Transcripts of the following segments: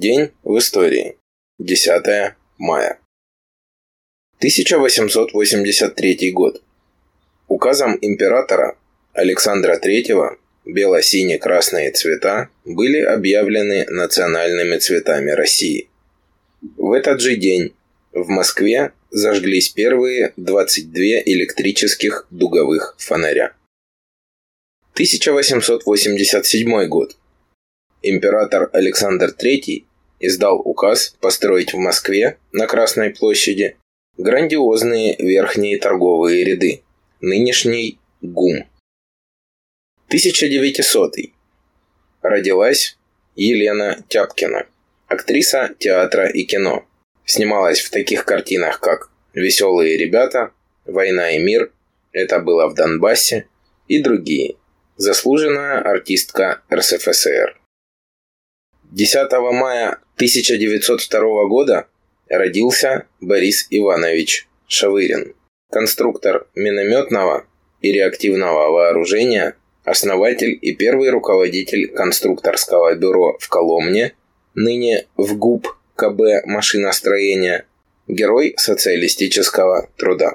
День в истории. 10 мая. 1883 год. Указом императора Александра III бело-сине-красные цвета были объявлены национальными цветами России. В этот же день в Москве зажглись первые 22 электрических дуговых фонаря. 1887 год. Император Александр III издал указ построить в Москве на Красной площади грандиозные верхние торговые ряды, нынешний ГУМ. 1900. Родилась Елена Тяпкина, актриса театра и кино. Снималась в таких картинах, как «Веселые ребята», «Война и мир», «Это было в Донбассе» и другие. Заслуженная артистка РСФСР. 10 мая 1902 года родился Борис Иванович Шавырин, конструктор минометного и реактивного вооружения, основатель и первый руководитель конструкторского бюро в Коломне, ныне в ГУП КБ машиностроения, герой социалистического труда.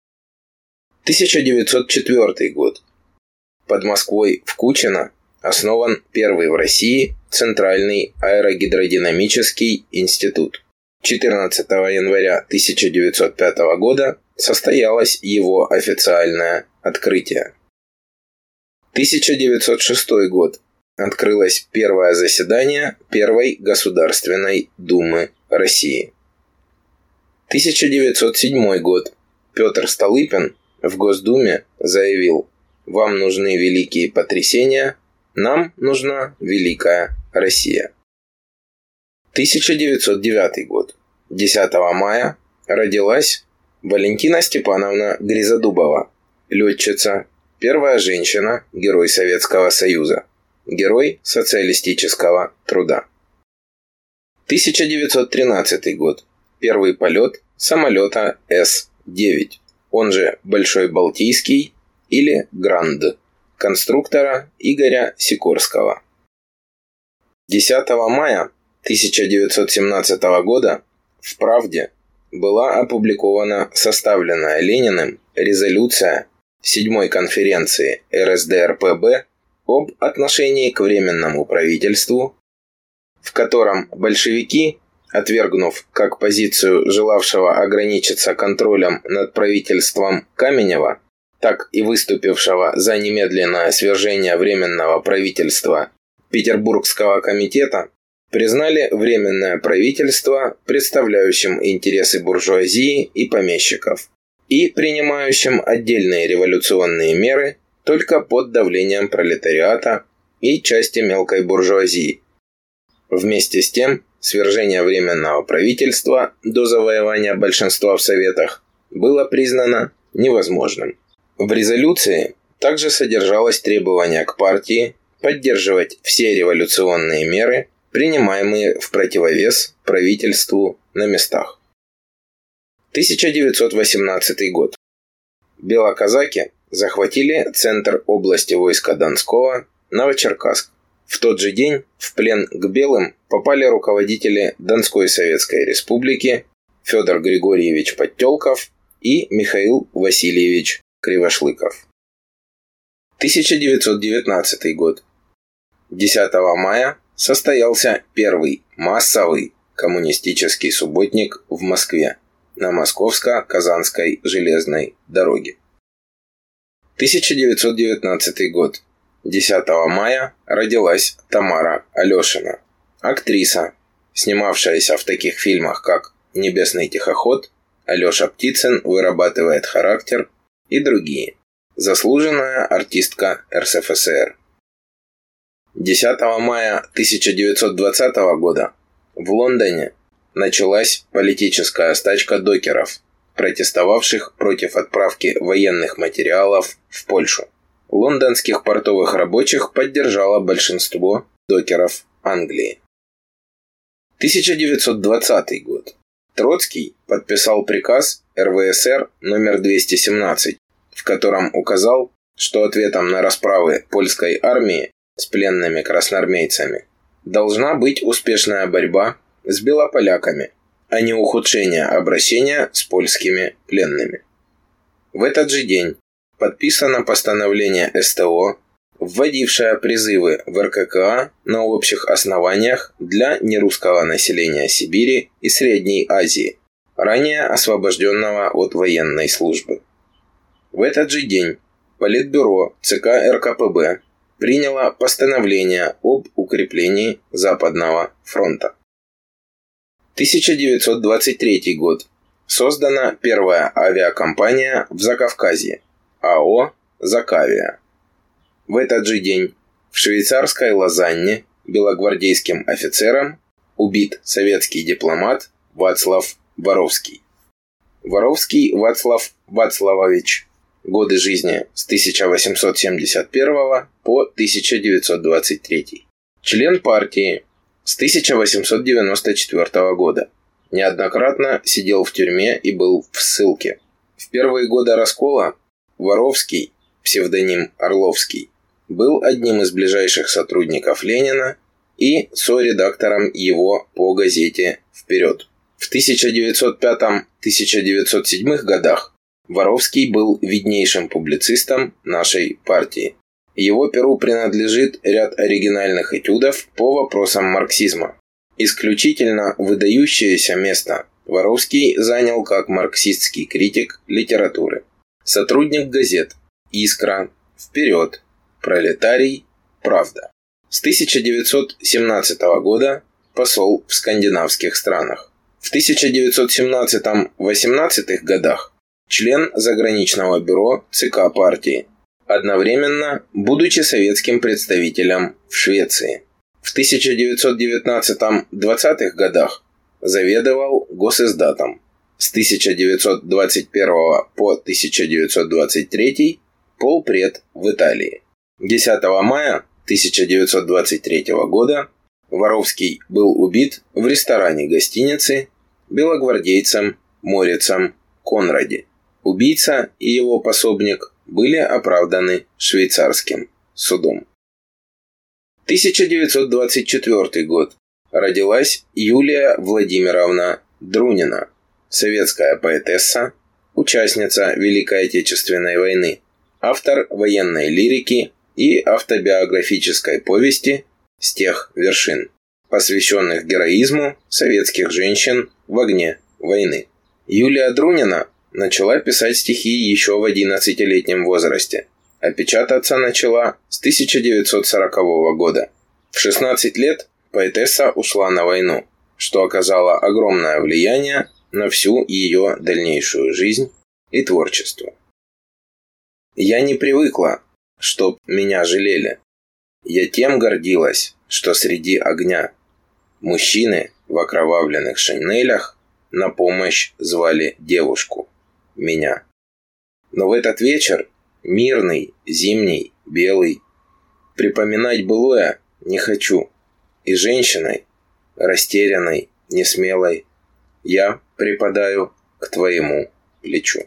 1904 год. Под Москвой в Кучино основан первый в России Центральный аэрогидродинамический институт. 14 января 1905 года состоялось его официальное открытие. 1906 год. Открылось первое заседание Первой Государственной Думы России. 1907 год. Петр Столыпин в Госдуме заявил: «Вам нужны великие потрясения, нам нужна великая Россия». 1909 год. 10 мая родилась Валентина Степановна Гризодубова, летчица, первая женщина, герой Советского Союза, герой социалистического труда. 1913 год. Первый полет самолета С-9, он же Большой Балтийский или Гранд, конструктора Игоря Сикорского. 10 мая 1917 года в «Правде» была опубликована составленная Лениным резолюция 7-й конференции РСДРПб об отношении к Временному правительству, в котором большевики, отвергнув как позицию желавшего ограничиться контролем над правительством Каменева, так и выступившего за немедленное свержение Временного правительства Петербургского комитета, признали Временное правительство представляющим интересы буржуазии и помещиков и принимающим отдельные революционные меры только под давлением пролетариата и части мелкой буржуазии. Вместе с тем, свержение Временного правительства до завоевания большинства в Советах было признано невозможным. В резолюции также содержалось требование к партии поддерживать все революционные меры, принимаемые в противовес правительству на местах. 1918 год. Белоказаки захватили центр области войска Донского Новочеркасск. В тот же день в плен к белым попали руководители Донской Советской Республики Федор Григорьевич Подтелков и Михаил Васильевич Кривошлыков. 1919 год. 10 мая состоялся первый массовый коммунистический субботник в Москве на Московско-Казанской железной дороге. 1919 год. 10 мая родилась Тамара Алешина, актриса, снимавшаяся в таких фильмах, как «Небесный тихоход», «Алеша Птицын вырабатывает характер» и другие. Заслуженная артистка РСФСР. 10 мая 1920 года в Лондоне началась политическая стачка докеров, протестовавших против отправки военных материалов в Польшу. Лондонских портовых рабочих поддержало большинство докеров Англии. 1920 год. Троцкий подписал приказ РВСР номер 217, в котором указал, что ответом на расправы польской армии с пленными красноармейцами должна быть успешная борьба с белополяками, а не ухудшение обращения с польскими пленными. В этот же день подписано постановление СТО, вводившее призывы в РККА на общих основаниях для нерусского населения Сибири и Средней Азии, ранее освобожденного от военной службы. В этот же день Политбюро ЦК РКПБ приняло постановление об укреплении Западного фронта. 1923 год. Создана первая авиакомпания в Закавказье – АО «Закавия». В этот же день в швейцарской Лозанне белогвардейским офицером убит советский дипломат Вацлав Воровский. Воровский Вацлав Вацлавович. Годы жизни с 1871 по 1923. Член партии с 1894 года. Неоднократно сидел в тюрьме и был в ссылке. В первые годы раскола Воровский, псевдоним Орловский, был одним из ближайших сотрудников Ленина и соредактором его по газете «Вперед». В 1905-1907 годах Воровский был виднейшим публицистом нашей партии. Его перу принадлежит ряд оригинальных этюдов по вопросам марксизма. Исключительно выдающееся место Воровский занял как марксистский критик литературы. Сотрудник газет «Искра», «Вперед», «Пролетарий», «Правда». С 1917 года посол в скандинавских странах. В 1917-18 годах член заграничного бюро ЦК партии, одновременно будучи советским представителем в Швеции. В 1919-20 годах заведовал Госиздатом. С 1921 по 1923 полпред в Италии. 10 мая 1923 года Воровский был убит в ресторане гостиницы белогвардейцем Морицем Конради. Убийца и его пособник были оправданы швейцарским судом. 1924 год. Родилась Юлия Владимировна Друнина, советская поэтесса, участница Великой Отечественной войны, автор военной лирики и автобиографической повести «С тех вершин», посвященных героизму советских женщин в огне войны. Юлия Друнина начала писать стихи еще в 11-летнем возрасте, а печататься начала с 1940 года. В 16 лет поэтесса ушла на войну, что оказало огромное влияние на всю ее дальнейшую жизнь и творчество. «Я не привыкла, чтоб меня жалели. Я тем гордилась, что среди огня мужчины в окровавленных шинелях на помощь звали девушку, меня. Но в этот вечер, мирный, зимний, белый, припоминать былое не хочу, и женщиной, растерянной, несмелой, я припадаю к твоему плечу».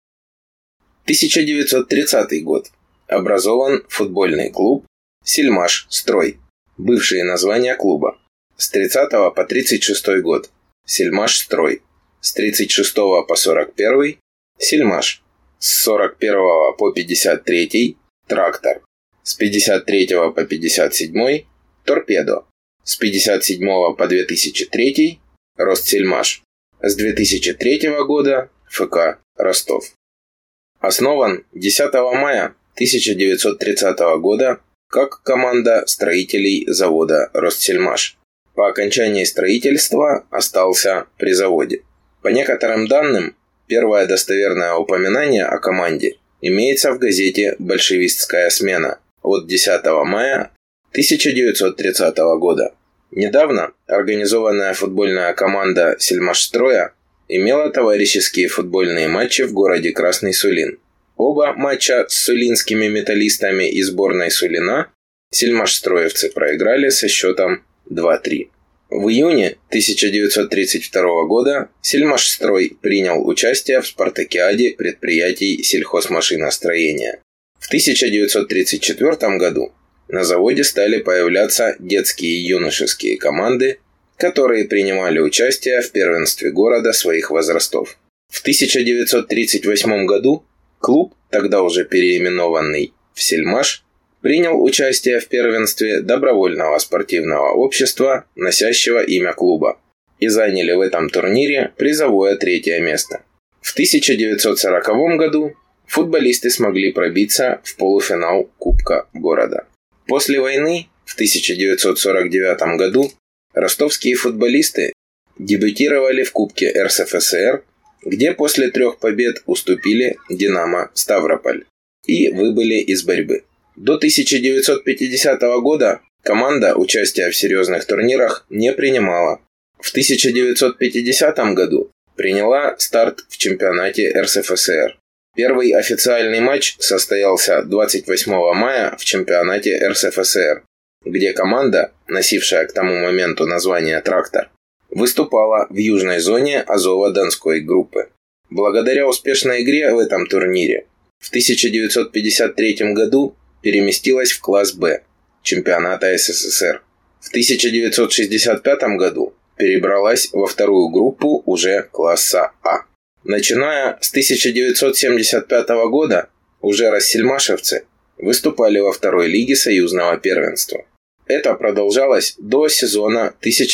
1930 год. Образован футбольный клуб «Сельмаш-Строй», бывшие названия клуба. С 30 по 36 год «Сельмаш-Строй», с 36 по 41 «Сельмаш», с 41 по 53 «Трактор», с 53 по 57 «Торпедо», с 57 по 2003 «Ростсельмаш», с 2003 года ФК «Ростов». Основан 10 мая 1930 года как команда строителей завода «Ростсельмаш». По окончании строительства остался при заводе. По некоторым данным, первое достоверное упоминание о команде имеется в газете «Большевистская смена» от 10 мая 1930 года. Недавно организованная футбольная команда «Сельмашстроя» имела товарищеские футбольные матчи в городе Красный Сулин. Оба матча с сулинскими металлистами и сборной Сулина сельмашстроевцы проиграли со счетом 2-3. В июне 1932 года Сельмашстрой принял участие в спартакиаде предприятий сельхозмашиностроения. В 1934 году на заводе стали появляться детские и юношеские команды, которые принимали участие в первенстве города своих возрастов. В 1938 году клуб, тогда уже переименованный в «Сельмаш», принял участие в первенстве добровольного спортивного общества, носящего имя клуба, и заняли в этом турнире призовое 3-е место. В 1940 году футболисты смогли пробиться в полуфинал Кубка города. После войны в 1949 году ростовские футболисты дебютировали в Кубке РСФСР, где после 3 побед уступили «Динамо» Ставрополь и выбыли из борьбы. До 1950 года команда участия в серьезных турнирах не принимала. В 1950 году приняла старт в чемпионате РСФСР. Первый официальный матч состоялся 28 мая в чемпионате РСФСР, где команда, носившая к тому моменту название «Трактор», выступала в южной зоне Азово-Донской группы. Благодаря успешной игре в этом турнире в 1953 году переместилась в класс «Б» чемпионата СССР. В 1965 году перебралась во вторую группу уже класса А. Начиная с 1975 года уже рассельмашевцы выступали во второй лиге союзного первенства. Это продолжалось до сезона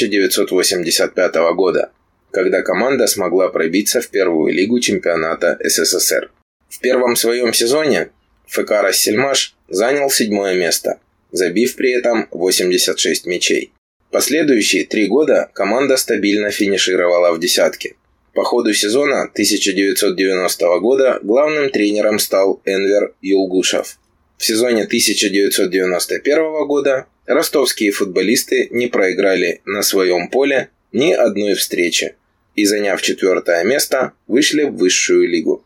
1985 года, когда команда смогла пробиться в первую лигу чемпионата СССР. В первом своем сезоне ФК «Рассельмаш» занял 7-е место, забив при этом 86 мячей. Последующие 3 года команда стабильно финишировала в десятке. По ходу сезона 1990 года главным тренером стал Энвер Юлгушев. В сезоне 1991 года ростовские футболисты не проиграли на своем поле ни одной встречи и, заняв 4-е место, вышли в высшую лигу.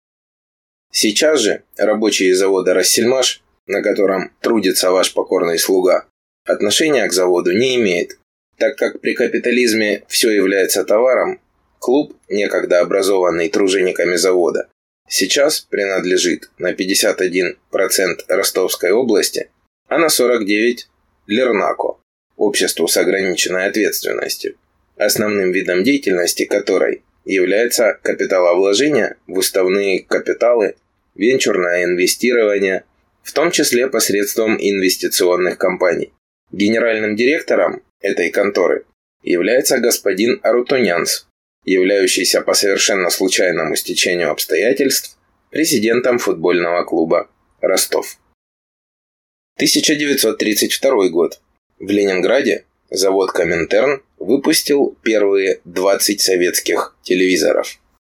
Сейчас же рабочие завода «Рассельмаш», на котором трудится ваш покорный слуга, отношения к заводу не имеет, так как при капитализме все является товаром. Клуб, некогда образованный тружениками завода, сейчас принадлежит на 51% Ростовской области, а на 49% Лернако, обществу с ограниченной ответственностью, основным видом деятельности которой является капиталовложение в уставные капиталы, венчурное инвестирование, в том числе посредством инвестиционных компаний. Генеральным директором этой конторы является господин Арутунянс, являющийся по совершенно случайному стечению обстоятельств президентом футбольного клуба «Ростов». 1932 год. В Ленинграде завод «Коминтерн» выпустил первые 20 советских телевизоров.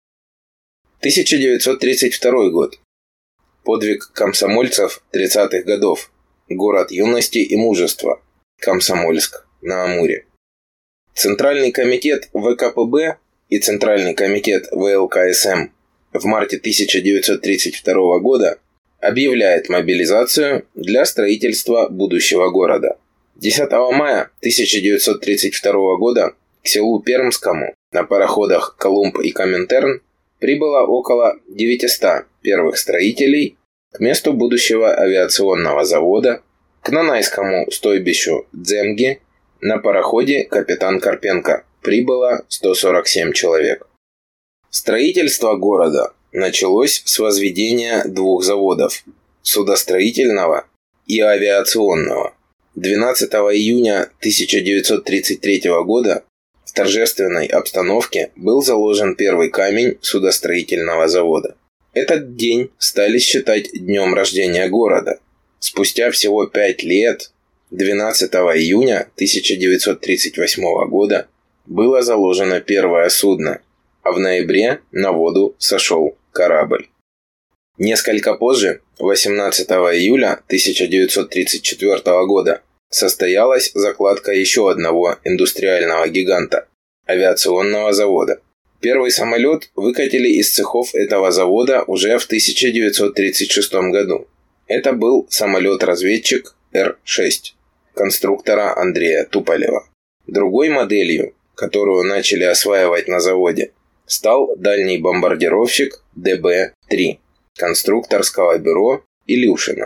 1932 год. Подвиг комсомольцев 30-х годов. Город юности и мужества. Комсомольск на Амуре. Центральный комитет ВКПБ и Центральный комитет ВЛКСМ в марте 1932 года объявляет мобилизацию для строительства будущего города. 10 мая 1932 года к селу Пермскому на пароходах «Колумб» и «Коминтерн» прибыло около 900 первых строителей к месту будущего авиационного завода, к Нанайскому стойбищу Дземги. На пароходе «Капитан Карпенко» прибыло 147 человек. Строительство города началось с возведения 2 заводов – судостроительного и авиационного. 12 июня 1933 года в торжественной обстановке был заложен первый камень судостроительного завода. Этот день стали считать днем рождения города. Спустя всего 5 лет, 12 июня 1938 года, было заложено первое судно, а в ноябре на воду сошел корабль. Несколько позже, 18 июля 1934 года, состоялась закладка еще одного индустриального гиганта – авиационного завода. Первый самолет выкатили из цехов этого завода уже в 1936 году. Это был самолет-разведчик Р-6 конструктора Андрея Туполева. Другой моделью, которую начали осваивать на заводе, стал дальний бомбардировщик ДБ-3 конструкторского бюро Илюшина.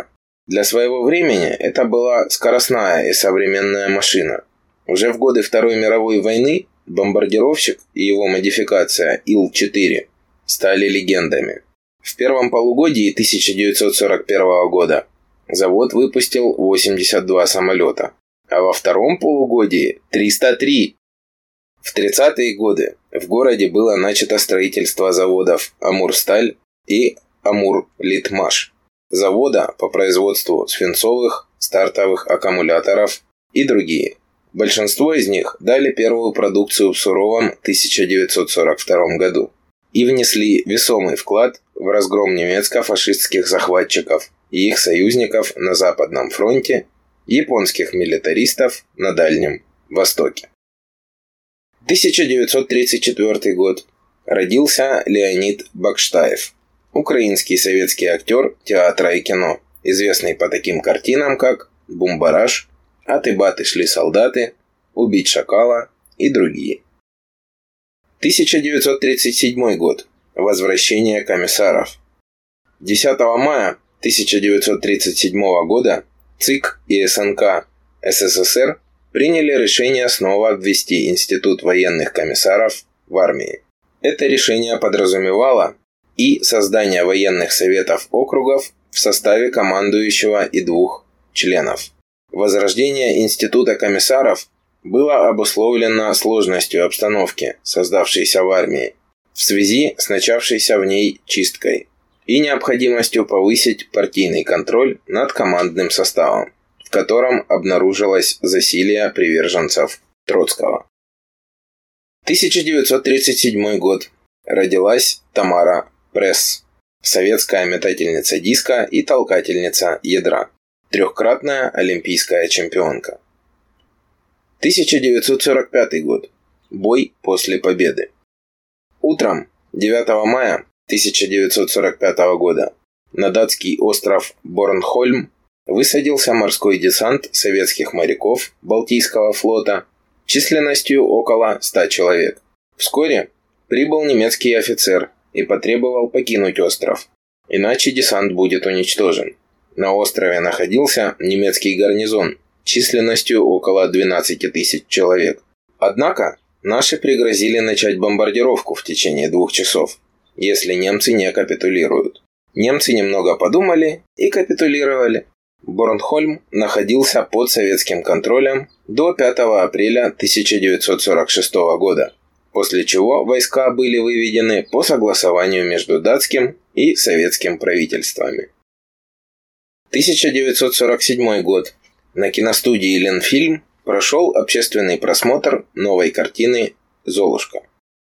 Для своего времени это была скоростная и современная машина. Уже в годы Второй мировой войны бомбардировщик и его модификация Ил-4 стали легендами. В первом полугодии 1941 года завод выпустил 82 самолета, а во втором полугодии 303. В 30-е годы в городе было начато строительство заводов «Амурсталь» и «Амур-Литмаш», завода по производству свинцовых стартовых аккумуляторов и другие. Большинство из них дали первую продукцию в суровом 1942 году и внесли весомый вклад в разгром немецко-фашистских захватчиков и их союзников на Западном фронте, японских милитаристов на Дальнем Востоке. 1934 год. Родился Леонид Бакштаев, украинский советский актер театра и кино, известный по таким картинам, как «Бумбараш», «Аты-баты шли солдаты», «Убить шакала» и другие. 1937 год. Возвращение комиссаров. 10 мая 1937 года ЦИК и СНК СССР приняли решение снова ввести Институт военных комиссаров в армии. Это решение подразумевало и создание военных советов округов в составе командующего и 2 членов. Возрождение Института комиссаров было обусловлено сложностью обстановки, создавшейся в армии, в связи с начавшейся в ней чисткой, и необходимостью повысить партийный контроль над командным составом, в котором обнаружилось засилье приверженцев Троцкого. 1937 год. Родилась Тамара Пресс, советская метательница диска и толкательница ядра, 3-кратная олимпийская чемпионка. 1945 год. Бой после победы. Утром 9 мая 1945 года на датский остров Борнхольм высадился морской десант советских моряков Балтийского флота численностью около 100 человек. Вскоре прибыл немецкий офицер и потребовал покинуть остров, иначе десант будет уничтожен. На острове находился немецкий гарнизон численностью около 12 тысяч человек. Однако наши пригрозили начать бомбардировку в течение 2 часов, если немцы не капитулируют. Немцы немного подумали и капитулировали. Борнхольм находился под советским контролем до 5 апреля 1946 года, после чего войска были выведены по согласованию между датским и советским правительствами. 1947 год. На киностудии «Ленфильм» прошел общественный просмотр новой картины «Золушка».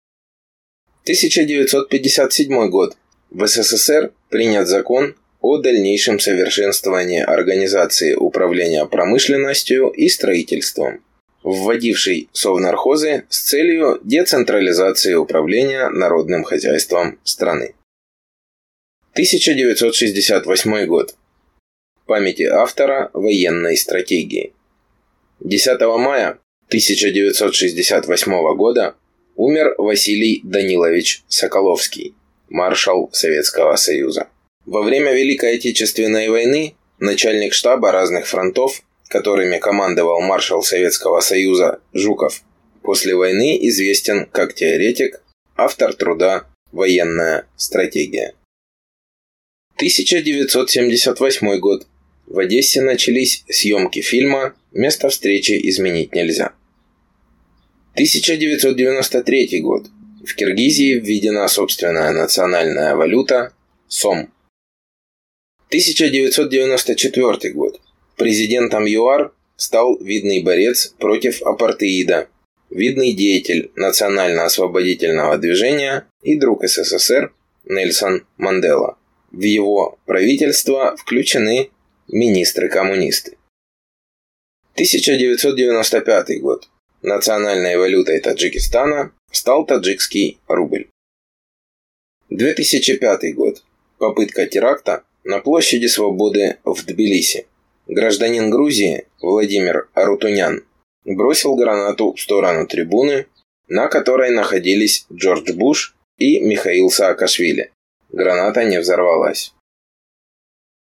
1957 год. В СССР принят закон о дальнейшем совершенствовании организации управления промышленностью и строительством, вводивший совнархозы с целью децентрализации управления народным хозяйством страны. 1968 год. Памяти автора военной стратегии. 10 мая 1968 года умер Василий Данилович Соколовский, маршал Советского Союза. Во время Великой Отечественной войны начальник штаба разных фронтов, которыми командовал маршал Советского Союза Жуков, после войны известен как теоретик, автор труда «Военная стратегия». 1978 год. В Одессе начались съемки фильма «Место встречи изменить нельзя». 1993 год. В Киргизии введена собственная национальная валюта – сом. 1994 год. Президентом ЮАР стал видный борец против апартеида, видный деятель национально-освободительного движения и друг СССР Нельсон Мандела. В его правительство включены министры-коммунисты. 1995 год. Национальной валютой Таджикистана стал таджикский рубль. 2005 год. Попытка теракта на площади Свободы в Тбилиси. Гражданин Грузии Владимир Арутунян бросил гранату в сторону трибуны, на которой находились Джордж Буш и Михаил Саакашвили. Граната не взорвалась.